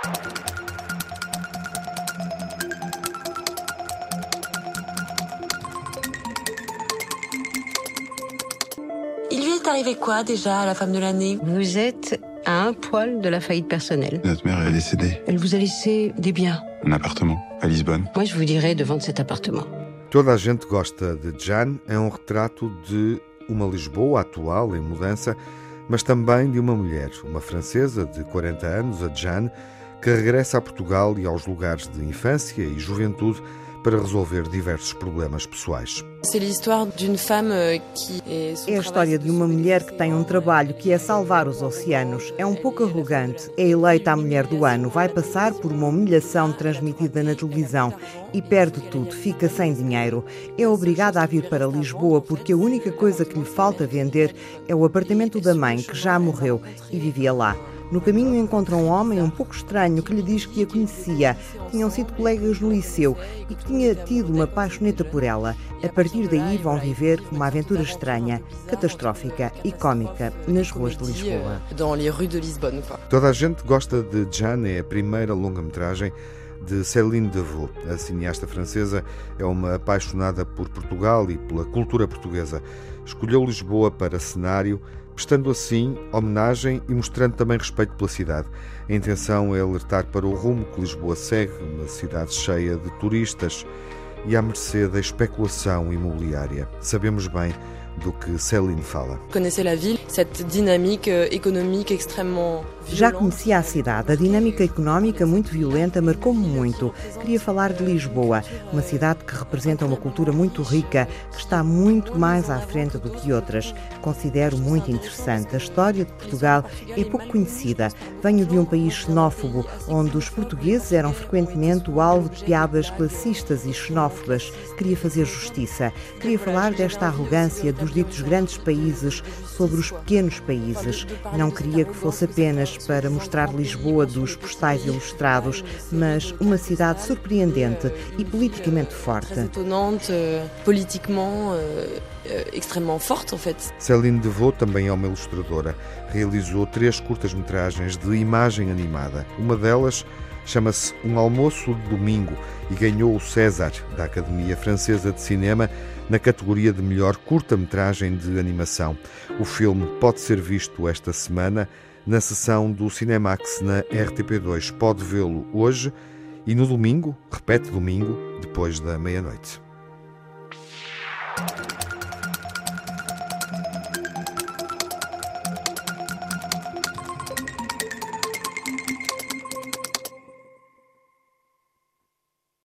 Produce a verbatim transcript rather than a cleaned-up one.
Il lui est arrivé quoi déjà à la femme de l'année? Vous êtes à un poil de la faillite personnelle. Notre mère est décédée. Elle vous a laissé des biens. Un appartement à Lisbonne. Moi, je vous dirais de vendre cet appartement. Toda a gente gosta de Jeanne é um retrato de uma Lisboa atual, em mudança, mas também de uma mulher, uma francesa de quarenta anos, a Jeanne, que regressa a Portugal e aos lugares de infância e juventude para resolver diversos problemas pessoais. É a história de uma mulher que tem um trabalho que é salvar os oceanos. É um pouco arrogante. É eleita a mulher do ano. Vai passar por uma humilhação transmitida na televisão e perde tudo. Fica sem dinheiro. É obrigada a vir para Lisboa porque a única coisa que lhe falta vender é o apartamento da mãe, que já morreu e vivia lá. No caminho encontra um homem um pouco estranho que lhe diz que a conhecia, tinham sido colegas no liceu e que tinha tido uma paixoneta por ela. A partir daí vão viver uma aventura estranha, catastrófica e cómica nas ruas de Lisboa. Toda a gente gosta de Jeanne, é a primeira longa-metragem de Céline Devaux. A cineasta francesa é uma apaixonada por Portugal e pela cultura portuguesa. Escolheu Lisboa para cenário, prestando assim homenagem e mostrando também respeito pela cidade. A intenção é alertar para o rumo que Lisboa segue, uma cidade cheia de turistas e à mercê da especulação imobiliária. Sabemos bem do que Céline fala. Já conhecia a cidade. A dinâmica económica muito violenta marcou-me muito. Queria falar de Lisboa, uma cidade que representa uma cultura muito rica, que está muito mais à frente do que outras. Considero muito interessante. A história de Portugal é pouco conhecida. Venho de um país xenófobo, onde os portugueses eram frequentemente o alvo de piadas classistas e xenófobas. Queria fazer justiça. Queria falar desta arrogância dos ditos grandes países sobre os pequenos países. Não queria que fosse apenas para mostrar Lisboa dos postais ilustrados, mas uma cidade surpreendente e politicamente forte. Céline Devaux também é uma ilustradora. Realizou três curtas-metragens de imagem animada. Uma delas chama-se Um Almoço de Domingo e ganhou o César da Academia Francesa de Cinema na categoria de melhor curta-metragem de animação. O filme pode ser visto esta semana na sessão do Cinemax na R T P dois. Pode vê-lo hoje e no domingo, repete domingo, depois da meia-noite.